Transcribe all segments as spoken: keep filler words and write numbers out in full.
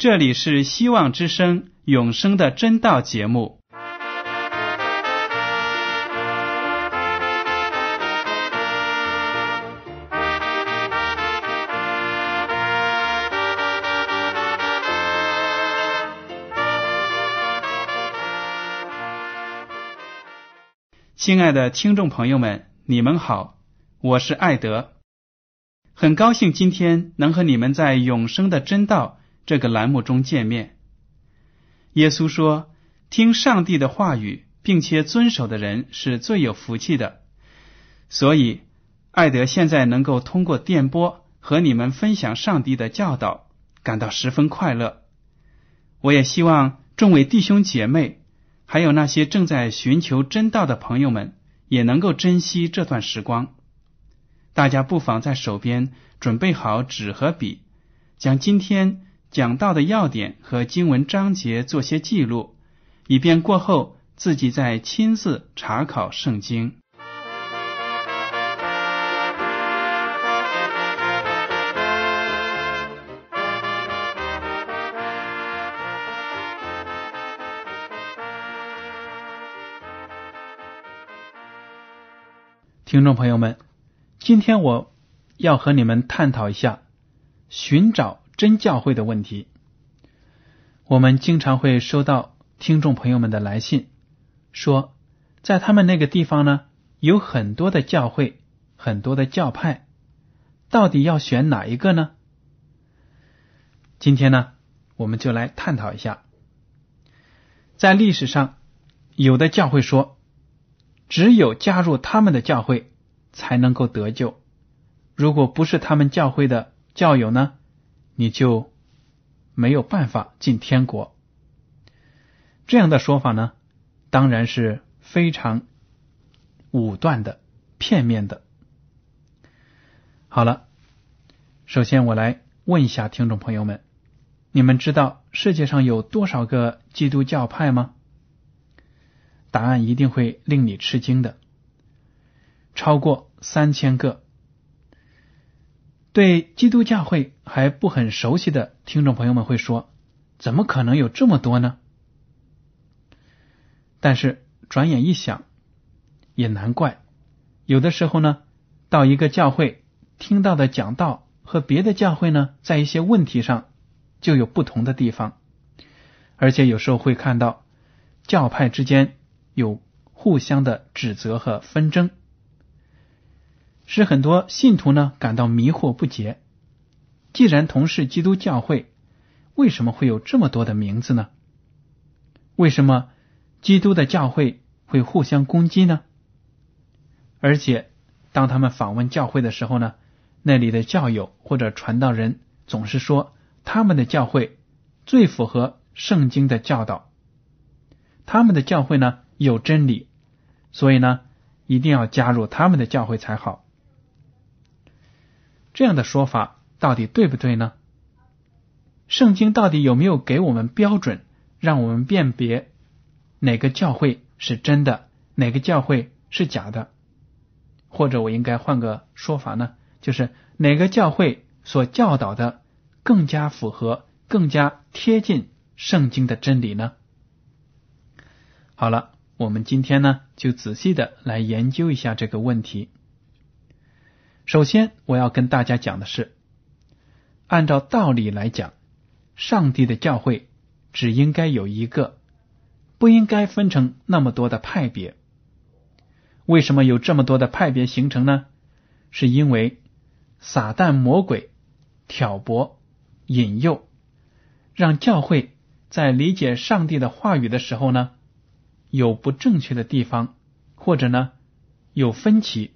这里是希望之声永生的真道节目。亲爱的听众朋友们，你们好，我是艾德，很高兴今天能和你们在永生的真道这个栏目中见面。耶稣说，听上帝的话语并且遵守的人是最有福气的，所以艾德现在能够通过电波和你们分享上帝的教导，感到十分快乐。我也希望众位弟兄姐妹还有那些正在寻求真道的朋友们也能够珍惜这段时光。大家不妨在手边准备好纸和笔，将今天讲到的要点和经文章节做些记录，以便过后自己再亲自查考圣经。听众朋友们，今天我要和你们探讨一下寻找真教会的问题。我们经常会收到听众朋友们的来信，说在他们那个地方呢，有很多的教会，很多的教派，到底要选哪一个呢？今天呢，我们就来探讨一下。在历史上，有的教会说，只有加入他们的教会才能够得救，如果不是他们教会的教友呢，你就没有办法进天国。这样的说法呢，当然是非常武断的、片面的。好了，首先我来问一下听众朋友们，你们知道世界上有多少个基督教派吗？答案一定会令你吃惊的，超过三千个。对基督教会还不很熟悉的听众朋友们会说，怎么可能有这么多呢？但是转眼一想，也难怪，有的时候呢，到一个教会听到的讲道和别的教会呢，在一些问题上就有不同的地方，而且有时候会看到教派之间有互相的指责和纷争，使很多信徒呢感到迷惑不解。既然同是基督教会，为什么会有这么多的名字呢？为什么基督的教会会互相攻击呢？而且当他们访问教会的时候呢，那里的教友或者传道人总是说他们的教会最符合圣经的教导，他们的教会呢有真理，所以呢一定要加入他们的教会才好。这样的说法到底对不对呢？圣经到底有没有给我们标准，让我们辨别哪个教会是真的，哪个教会是假的？或者我应该换个说法呢，就是哪个教会所教导的更加符合，更加贴近圣经的真理呢？好了，我们今天呢就仔细的来研究一下这个问题。首先我要跟大家讲的是，按照道理来讲，上帝的教会只应该有一个，不应该分成那么多的派别。为什么有这么多的派别形成呢？是因为撒旦魔鬼挑拨引诱，让教会在理解上帝的话语的时候呢，有不正确的地方，或者呢有分歧。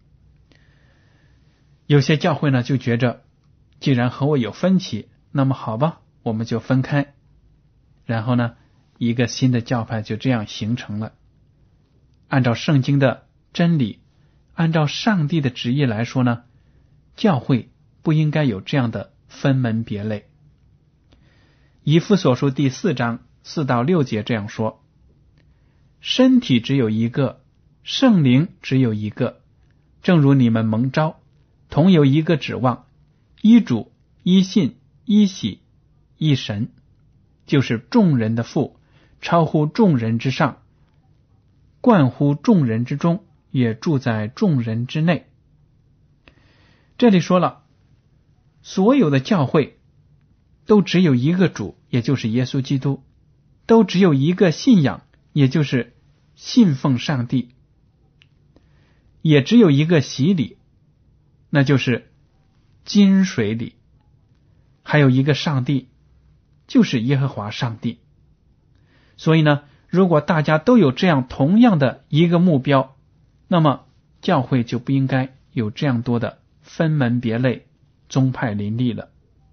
有些教会呢就觉着，既然和我有分歧，那么好吧，我们就分开，然后呢一个新的教派就这样形成了。按照圣经的真理，按照上帝的旨意来说呢，教会不应该有这样的分门别类。以弗所书第四章四到六节这样说，身体只有一个，圣灵只有一个，正如你们蒙召，同有一个指望，依主，依信，依喜，依神。 就是众人的父，超乎众人之上，冠乎众人之中，也住在众人之内。这里说了，所有的教会都只有一个主，也就是耶稣基督，都只有一个信仰，也就是信奉上帝，也只有一个洗礼，那就是金水礼，还有一个上帝，就是耶和华上帝。所以呢，如果大家都有这样同样的一个目标，那么教会就不应该有这样多的分门别类、宗派林立了。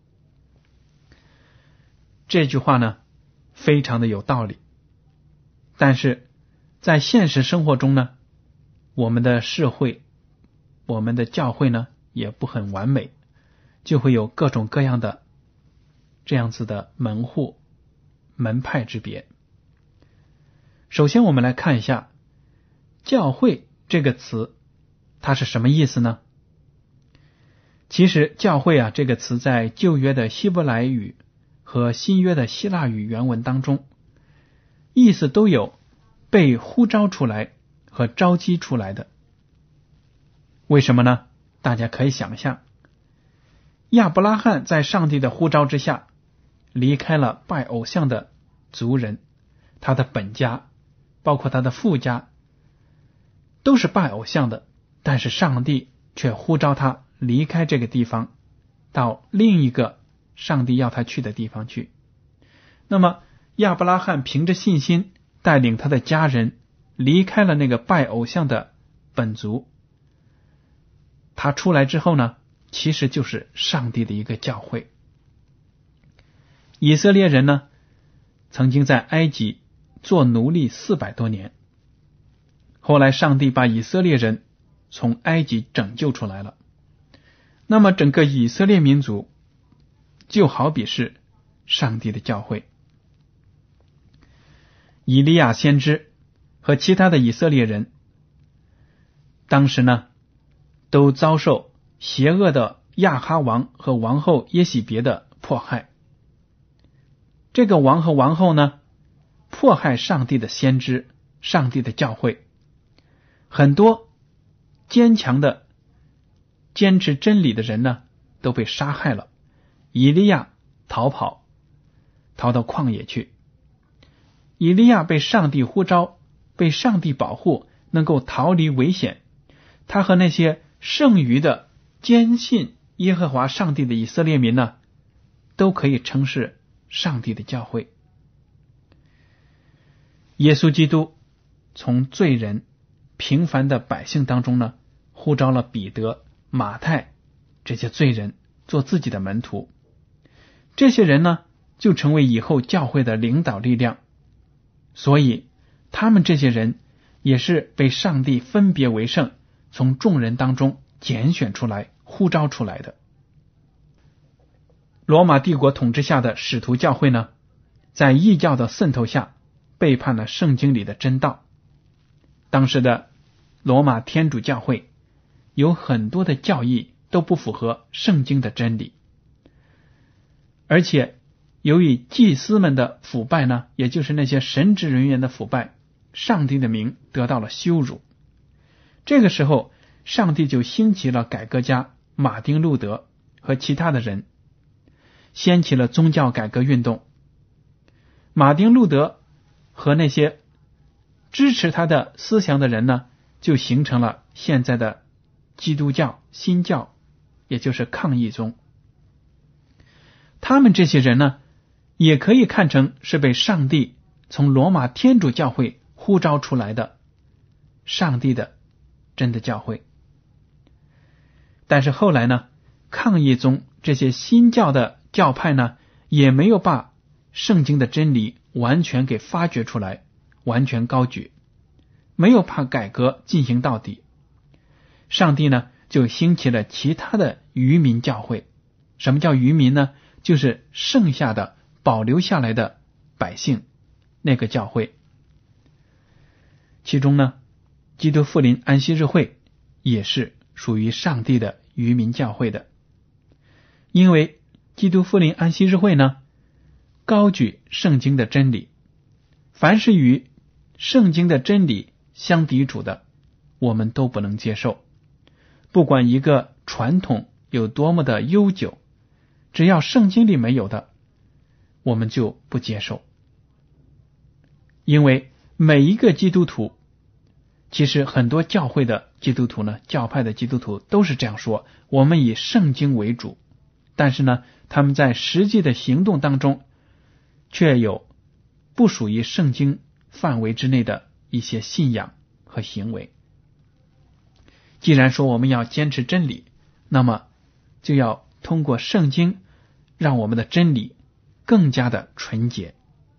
这句话呢，非常的有道理，但是在现实生活中呢，我们的社会、我们的教会呢，也不很完美，就会有各种各样的这样子的门户、门派之别。首先我们来看一下教会这个词，它是什么意思呢？其实教会啊这个词在旧约的希伯来语和新约的希腊语原文当中，意思都有被呼召出来和召集出来的。为什么呢？大家可以想象，亚伯拉罕在上帝的呼召之下，离开了拜偶像的族人，他的本家包括他的父家都是拜偶像的，但是上帝却呼召他离开这个地方，到另一个上帝要他去的地方去。那么亚伯拉罕凭着信心带领他的家人离开了那个拜偶像的本族，他出来之后呢，其实就是上帝的一个教会。以色列人呢，曾经在埃及做奴隶四百多年，后来上帝把以色列人从埃及拯救出来了。那么整个以色列民族就好比是上帝的教会。以利亚先知和其他的以色列人当时呢，都遭受邪恶的亚哈王和王后耶洗别的迫害。这个王和王后呢，迫害上帝的先知，上帝的教会，很多坚强的坚持真理的人呢，都被杀害了。以利亚逃跑，逃到旷野去。以利亚被上帝呼召，被上帝保护，能够逃离危险。他和那些剩余的坚信耶和华上帝的以色列民呢，都可以称是上帝的教会。耶稣基督从罪人平凡的百姓当中呢，呼召了彼得、马太这些罪人做自己的门徒。这些人呢，就成为以后教会的领导力量。所以他们这些人也是被上帝分别为圣，从众人当中拣选出来、呼召出来的。罗马帝国统治下的使徒教会呢，在异教的渗透下，背叛了圣经里的真道。当时的罗马天主教会有很多的教义都不符合圣经的真理，而且由于祭司们的腐败呢，也就是那些神职人员的腐败，上帝的名得到了羞辱。这个时候，上帝就兴起了改革家马丁路德和其他的人，掀起了宗教改革运动。马丁路德和那些支持他的思想的人呢，就形成了现在的基督教新教，也就是抗议宗。他们这些人呢，也可以看成是被上帝从罗马天主教会呼召出来的上帝的真的教会。但是后来呢，抗议宗这些新教的教派呢，也没有把圣经的真理完全给发掘出来，完全高举，没有把改革进行到底。上帝呢，就兴起了其他的渔民教会。什么叫渔民呢？就是剩下的保留下来的百姓，那个教会。其中呢，基督复临安息日会也是属于上帝的渔民教会的。因为基督复临安息日会呢， 高举圣经的真理。凡是与圣经的真理相抵触的，我们都不能接受。不管一个传统有多么的悠久，只要圣经里没有的，我们就不接受。因为每一个基督徒，其实很多教会的基督徒呢，教派的基督徒都是这样说，我们以圣经为主，但是呢，他们在实际的行动当中却有不属于圣经范围之内的一些信仰和行为。既然说我们要坚持真理，那么就要通过圣经让我们的真理更加的纯洁。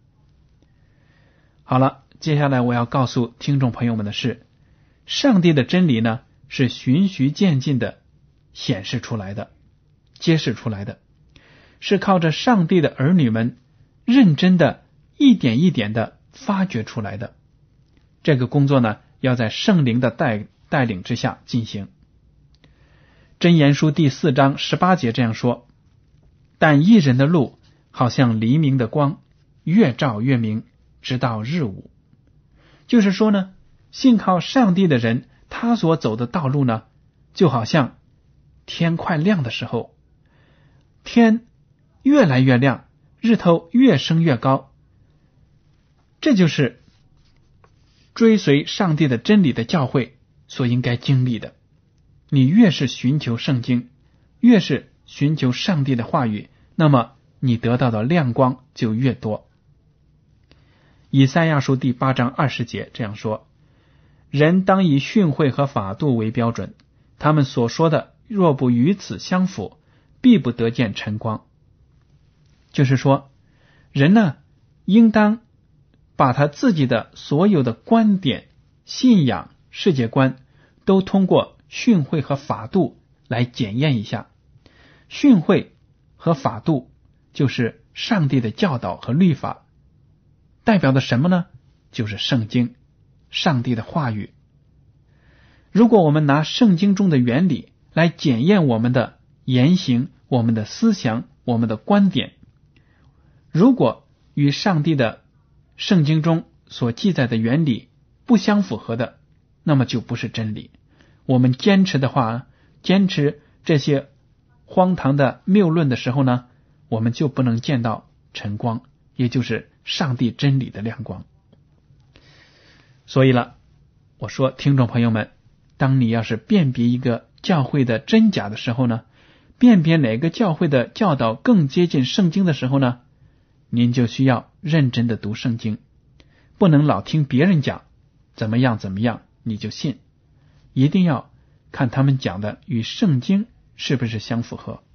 好了，接下来我要告诉听众朋友们的是，上帝的真理呢，是循序渐进的显示出来的，揭示出来的，是靠着上帝的儿女们认真的一点一点的发掘出来的。这个工作呢，要在圣灵的带带领之下进行。箴言书第四章十八节这样说：但义人的路好像黎明的光，越照越明，直到日午。就是说呢，信靠上帝的人，他所走的道路呢，就好像天快亮的时候，天越来越亮，日头越升越高。这就是追随上帝的真理的教会所应该经历的。你越是寻求圣经，越是寻求上帝的话语，那么你得到的亮光就越多。以赛亚书第八章二十节这样说：人当以训诲和法度为标准，他们所说的若不与此相符，必不得见晨光。就是说，人呢，应当把他自己的所有的观点、信仰、世界观都通过训诲和法度来检验一下。训诲和法度就是上帝的教导和律法，代表的什么呢？就是圣经，上帝的话语。如果我们拿圣经中的原理来检验我们的言行、我们的思想、我们的观点，如果与上帝的圣经中所记载的原理不相符合的，那么就不是真理。我们坚持的话，坚持这些荒唐的谬论的时候呢，我们就不能见到晨光，也就是上帝真理的亮光。所以了，我说听众朋友们，当你要是辨别一个教会的真假的时候呢，辨别哪个教会的教导更接近圣经的时候呢，您就需要认真的读圣经，不能老听别人讲怎么样怎么样你就信，一定要看他们讲的与圣经是不是相符合。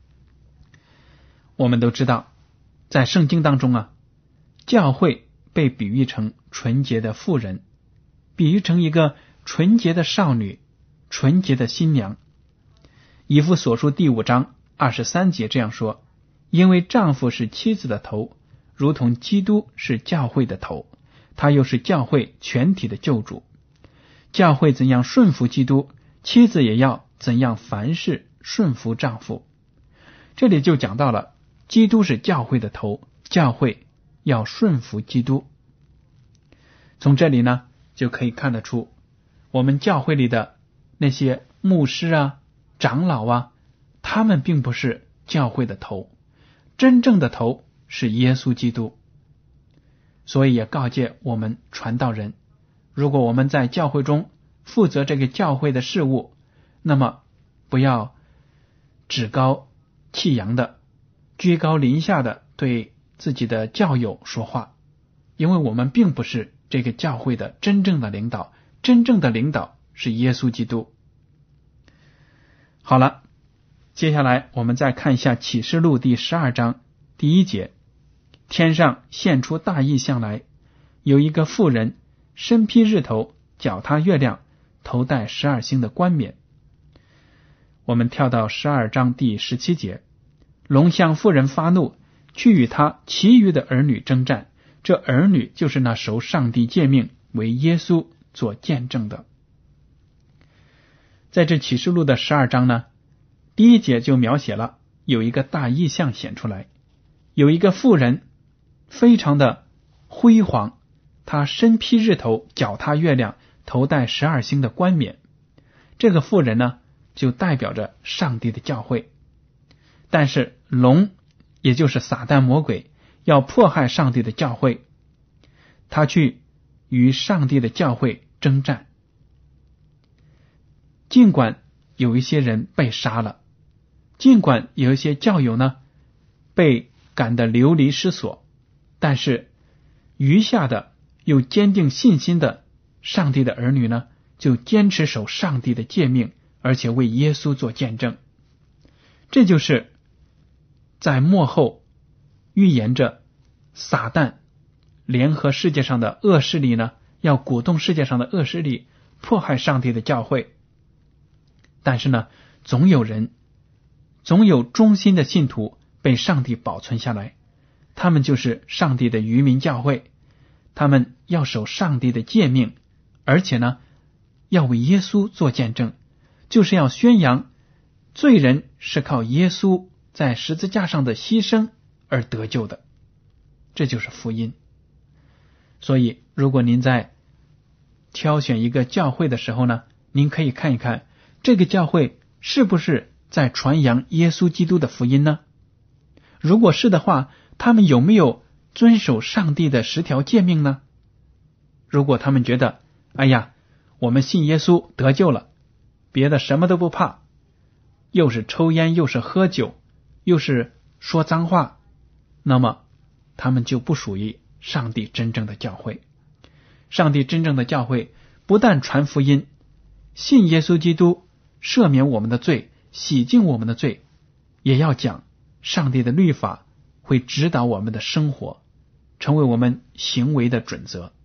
我们都知道，在圣经当中啊，教会被比喻成纯洁的妇人，比喻成一个纯洁的少女，纯洁的新娘。以弗所书第五章二十三节这样说：因为丈夫是妻子的头，如同基督是教会的头，他又是教会全体的救主。教会怎样顺服基督，妻子也要怎样凡事顺服丈夫。这里就讲到了，基督是教会的头，教会要顺服基督。从这里呢，就可以看得出，我们教会里的那些牧师啊、长老啊，他们并不是教会的头，真正的头是耶稣基督。所以也告诫我们传道人，如果我们在教会中负责这个教会的事务，那么不要趾高气扬的、居高临下的对自己的教友说话，因为我们并不是这个教会的真正的领导，真正的领导是耶稣基督。好了，接下来我们再看一下启示录第十二章第一节。天上现出大异象来，有一个妇人，身披日头，脚踏月亮，头戴十二星的冠冕。我们跳到十二章第十七节，龙向妇人发怒，去与他其余的儿女征战，这儿女就是那守上帝诫命为耶稣做见证的。在这启示录的十二章呢，第一节就描写了有一个大异象显出来，有一个妇人非常的辉煌，他身披日头，脚踏月亮，头戴十二星的冠冕。这个妇人呢，就代表着上帝的教会。但是龙，也就是撒旦魔鬼，要迫害上帝的教会，他去与上帝的教会征战。尽管有一些人被杀了，尽管有一些教友呢被赶得流离失所，但是余下的又坚定信心的上帝的儿女呢，就坚持守上帝的诫命，而且为耶稣做见证。这就是在末后预言着撒旦联合世界上的恶势力呢，要鼓动世界上的恶势力迫害上帝的教会。但是呢，总有人，总有忠心的信徒被上帝保存下来，他们就是上帝的渔民教会，他们要守上帝的诫命，而且呢，要为耶稣做见证，就是要宣扬罪人是靠耶稣在十字架上的牺牲而得救的，这就是福音。所以如果您在挑选一个教会的时候呢，您可以看一看这个教会是不是在传扬耶稣基督的福音呢？如果是的话，他们有没有遵守上帝的十条诫命呢？如果他们觉得，哎呀，我们信耶稣得救了，别的什么都不怕，又是抽烟，又是喝酒，又是说脏话，那么他们就不属于上帝真正的教会。上帝真正的教会不但传福音，信耶稣基督，赦免我们的罪，洗净我们的罪，也要讲上帝的律法会指导我们的生活，成为我们行为的准则。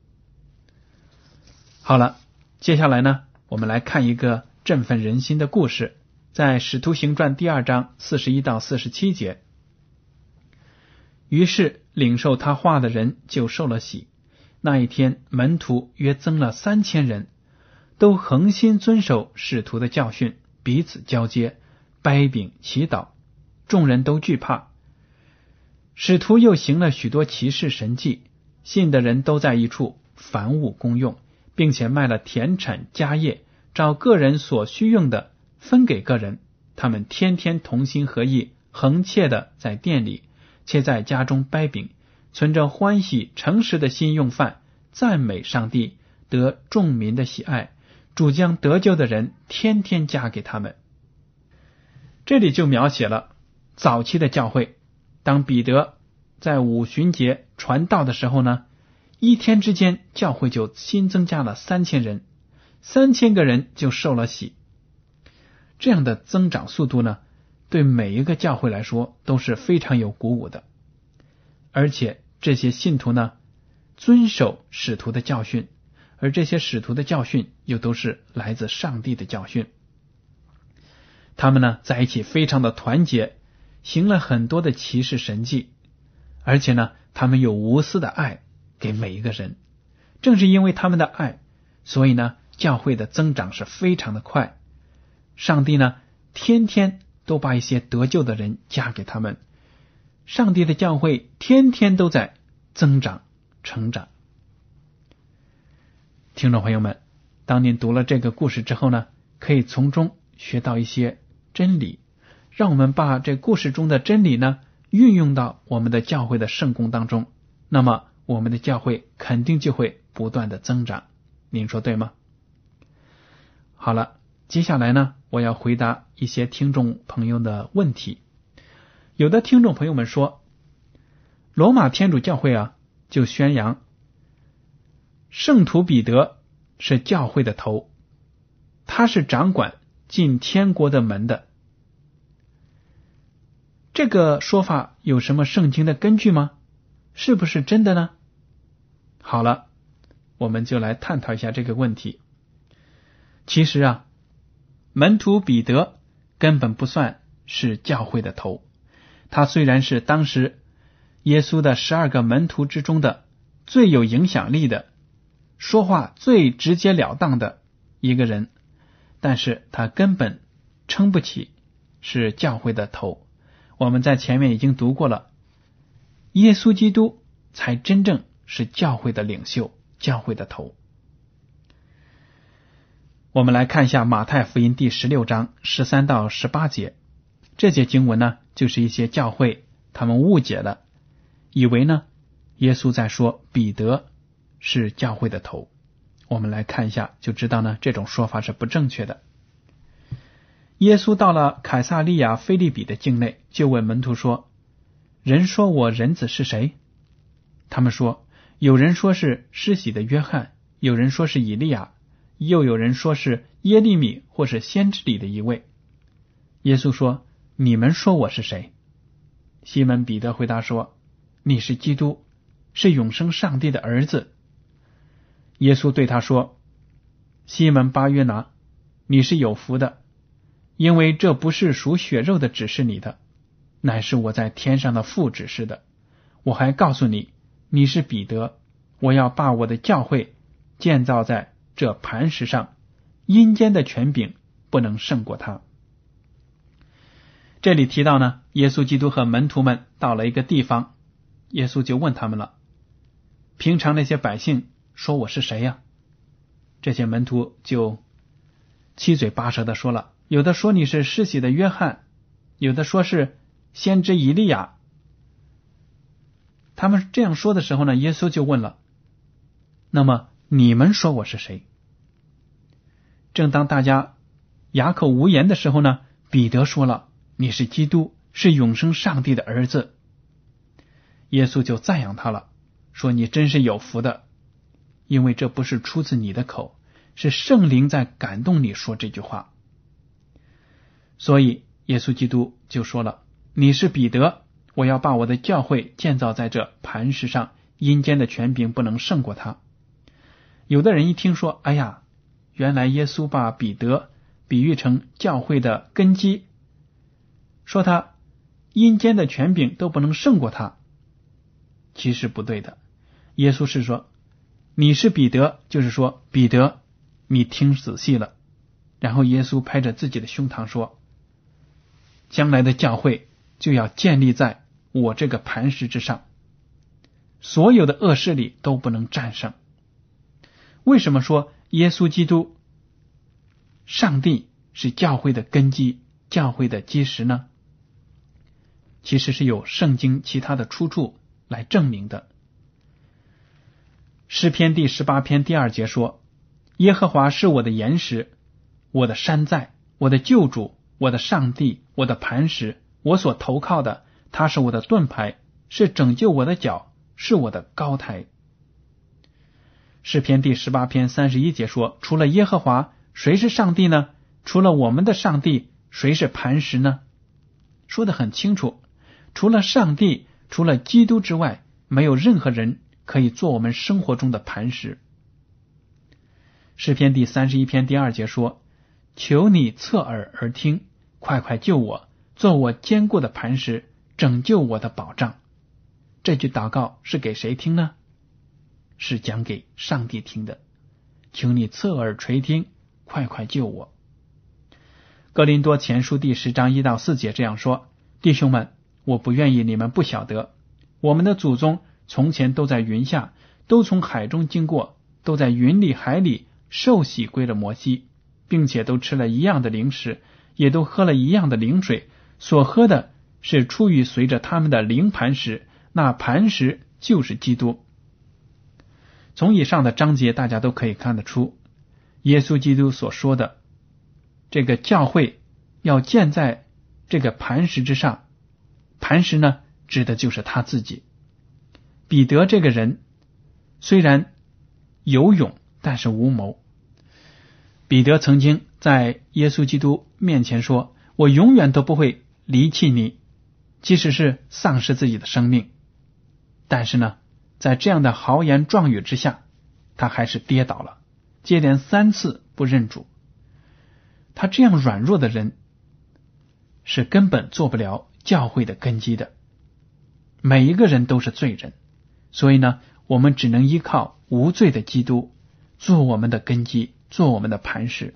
好了，接下来呢，我们来看一个振奋人心的故事，在使徒行传第二章四十一到四十七节。于是领受他话的人就受了洗，那一天门徒约增了三千人，都恒心遵守使徒的教训，彼此交接，掰饼祈祷，众人都惧怕。使徒又行了许多奇事神迹，信的人都在一处，凡物公用，并且卖了田产家业，照个人所需用的分给个人。他们天天同心合意，恒切的在店里，且在家中掰饼，存着欢喜诚实的心用饭，赞美上帝，得众民的喜爱。主将得救的人天天加给他们。这里就描写了早期的教会，当彼得在五旬节传道的时候呢，一天之间教会就新增加了三千人，三千个人就受了洗。这样的增长速度呢，对每一个教会来说都是非常有鼓舞的。而且这些信徒呢，遵守使徒的教训，而这些使徒的教训又都是来自上帝的教训。他们呢，在一起非常的团结，行了很多的奇事神迹，而且呢，他们有无私的爱给每一个人。正是因为他们的爱，所以呢，教会的增长是非常的快。上帝呢，天天都把一些得救的人加给他们，上帝的教会天天都在增长成长。听众朋友们，当您读了这个故事之后呢，可以从中学到一些真理，让我们把这故事中的真理呢运用到我们的教会的圣工当中，那么我们的教会肯定就会不断的增长。您说对吗？好了，接下来呢，我要回答一些听众朋友的问题。有的听众朋友们说，罗马天主教会啊，就宣扬圣徒彼得是教会的头，他是掌管进天国的门的。这个说法有什么圣经的根据吗？是不是真的呢？好了，我们就来探讨一下这个问题。其实啊，门徒彼得根本不算是教会的头，他虽然是当时耶稣的十二个门徒之中的最有影响力的，说话最直截了当的一个人，但是他根本称不起是教会的头。我们在前面已经读过了，耶稣基督才真正是教会的领袖，教会的头。我们来看一下马太福音第十六章十三到十八节，这节经文呢，就是一些教会他们误解了，以为呢耶稣在说彼得是教会的头。我们来看一下就知道呢，这种说法是不正确的。耶稣到了凯撒利亚腓立比的境内，就问门徒说，人说我人子是谁？他们说，有人说是施洗的约翰，有人说是以利亚，又有人说是耶利米或是先知里的一位。耶稣说，你们说我是谁？西门彼得回答说，你是基督，是永生上帝的儿子。耶稣对他说，西门巴约拿，你是有福的，因为这不是属血肉的指示你的，乃是我在天上的父指示的。我还告诉你，你是彼得，我要把我的教会建造在这磐石上，阴间的权柄不能胜过他。这里提到呢，耶稣基督和门徒们到了一个地方，耶稣就问他们了，平常那些百姓说我是谁呀？这些门徒就七嘴八舌的说了，有的说你是施洗的约翰，有的说是先知以利亚。他们这样说的时候呢，耶稣就问了，那么你们说我是谁？正当大家哑口无言的时候呢，彼得说了，你是基督，是永生上帝的儿子。耶稣就赞扬他了，说你真是有福的，因为这不是出自你的口，是圣灵在感动你说这句话。所以耶稣基督就说了，你是彼得，我要把我的教会建造在这磐石上，阴间的权柄不能胜过他。有的人一听说，哎呀，原来耶稣把彼得比喻成教会的根基，说他阴间的权柄都不能胜过他。其实不对的，耶稣是说你是彼得，就是说彼得你听仔细了。然后耶稣拍着自己的胸膛说，将来的教会就要建立在我这个磐石之上，所有的恶势力都不能战胜。为什么说耶稣基督上帝是教会的根基，教会的基石呢？其实是有圣经其他的出处来证明的。诗篇第十八篇第二节说，耶和华是我的岩石，我的山寨，我的救主，我的上帝，我的磐石，我所投靠的，他是我的盾牌，是拯救我的脚，是我的高台。诗篇第十八篇三十一节说，除了耶和华，谁是上帝呢？除了我们的上帝，谁是磐石呢？说得很清楚，除了上帝，除了基督之外，没有任何人可以做我们生活中的磐石。诗篇第三十一篇第二节说，求你侧耳而听，快快救我，做我坚固的磐石，拯救我的保障。这句祷告是给谁听呢？是讲给上帝听的。求你侧耳垂听，快快救我。哥林多前书第十章一到四节这样说，弟兄们，我不愿意你们不晓得，我们的祖宗从前都在云下，都从海中经过，都在云里海里受洗归了摩西，并且都吃了一样的灵食，也都喝了一样的灵水，所喝的是出于随着他们的灵磐石，那磐石就是基督。从以上的章节大家都可以看得出，耶稣基督所说的这个教会要建在这个磐石之上，磐石呢指的就是他自己。彼得这个人虽然有勇，但是无谋。彼得曾经在耶稣基督面前说，我永远都不会离弃你，即使是丧失自己的生命。但是呢，在这样的豪言壮语之下，他还是跌倒了，接连三次不认主。他这样软弱的人是根本做不了教会的根基的。每一个人都是罪人，所以呢，我们只能依靠无罪的基督做我们的根基，做我们的磐石。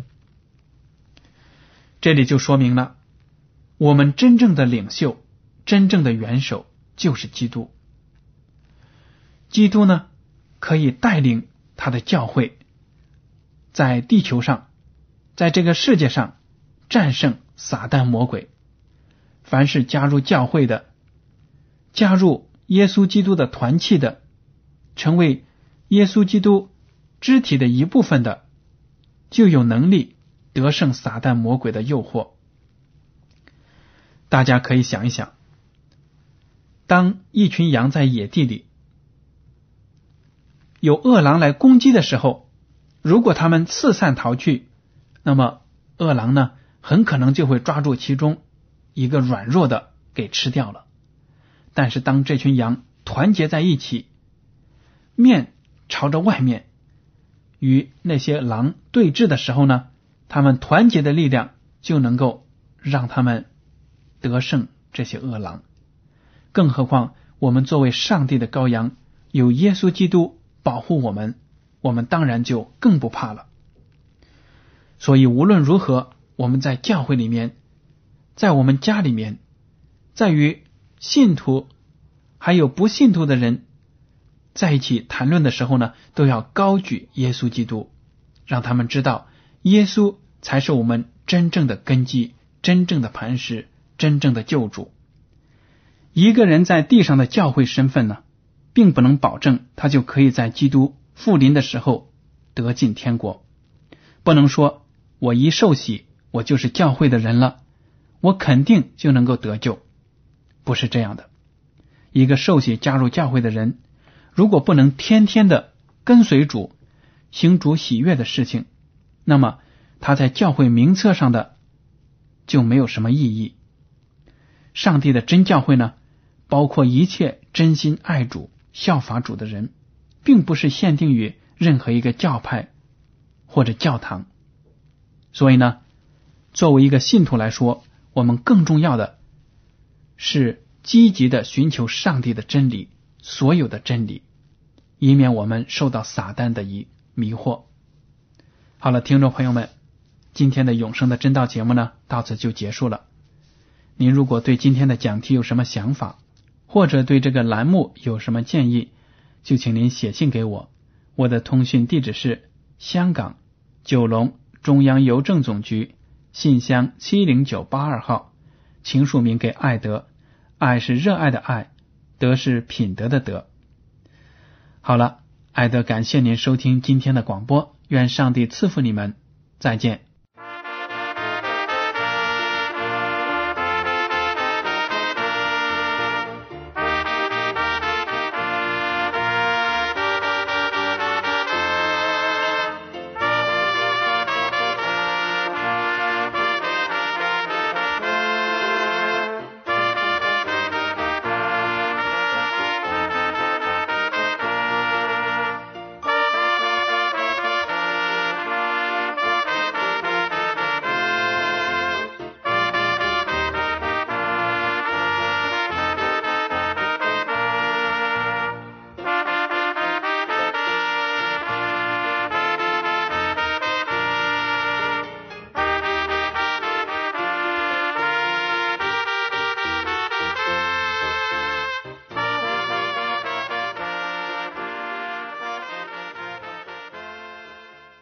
这里就说明了，我们真正的领袖，真正的元首就是基督。 基督呢可以带领他的教会在地球上，在这个世界上战胜撒旦魔鬼。凡是加入教会的，加入耶稣基督的团契的，成为耶稣基督肢体的一部分的，就有能力得胜撒旦魔鬼的诱惑。大家可以想一想，当一群羊在野地里，有恶狼来攻击的时候，如果他们四散逃去，那么恶狼呢很可能就会抓住其中一个软弱的给吃掉了。但是当这群羊团结在一起，面朝着外面与那些狼对峙的时候呢，他们团结的力量就能够让他们得胜这些恶狼。更何况我们作为上帝的羔羊，有耶稣基督保护我们，我们当然就更不怕了。所以无论如何，我们在教会里面，在我们家里面，在与信徒还有不信徒的人在一起谈论的时候呢，都要高举耶稣基督，让他们知道耶稣才是我们真正的根基，真正的磐石，真正的救主。一个人在地上的教会身份呢，并不能保证他就可以在基督复临的时候得进天国。不能说我一受洗，我就是教会的人了，我肯定就能够得救。不是这样的。一个受洗加入教会的人，如果不能天天的跟随主，行主喜悦的事情，那么他在教会名册上的就没有什么意义。上帝的真教会呢，包括一切真心爱主效法主的人，并不是限定于任何一个教派或者教堂。所以呢，作为一个信徒来说，我们更重要的是积极的寻求上帝的真理，所有的真理，以免我们受到撒旦的迷惑。好了，听众朋友们，今天的永生的真道节目呢，到此就结束了。您如果对今天的讲题有什么想法，或者对这个栏目有什么建议，就请您写信给我。我的通讯地址是香港九龙中央邮政总局信箱七零九八二号，请署名给爱德，爱是热爱的爱，德是品德的德。好了，爱德感谢您收听今天的广播，愿上帝赐福你们，再见。